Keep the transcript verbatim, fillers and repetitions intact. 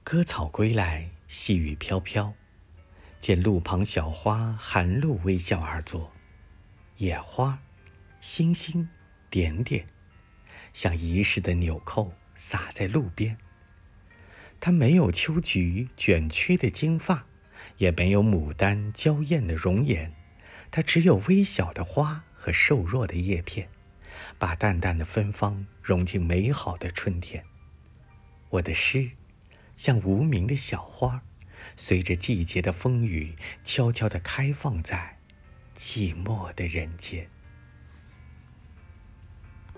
割草归来，细雨飘飘，见路旁小花含露微笑而坐，野花、星星、点点，像遗失的纽扣洒在路边。它没有秋菊卷曲的金发，也没有牡丹娇艳的容颜，它只有微小的花和瘦弱的叶片，把淡淡的芬芳融进美好的春天。我的诗像无名的小花，随着季节的风雨悄悄地开放在寂寞的人间。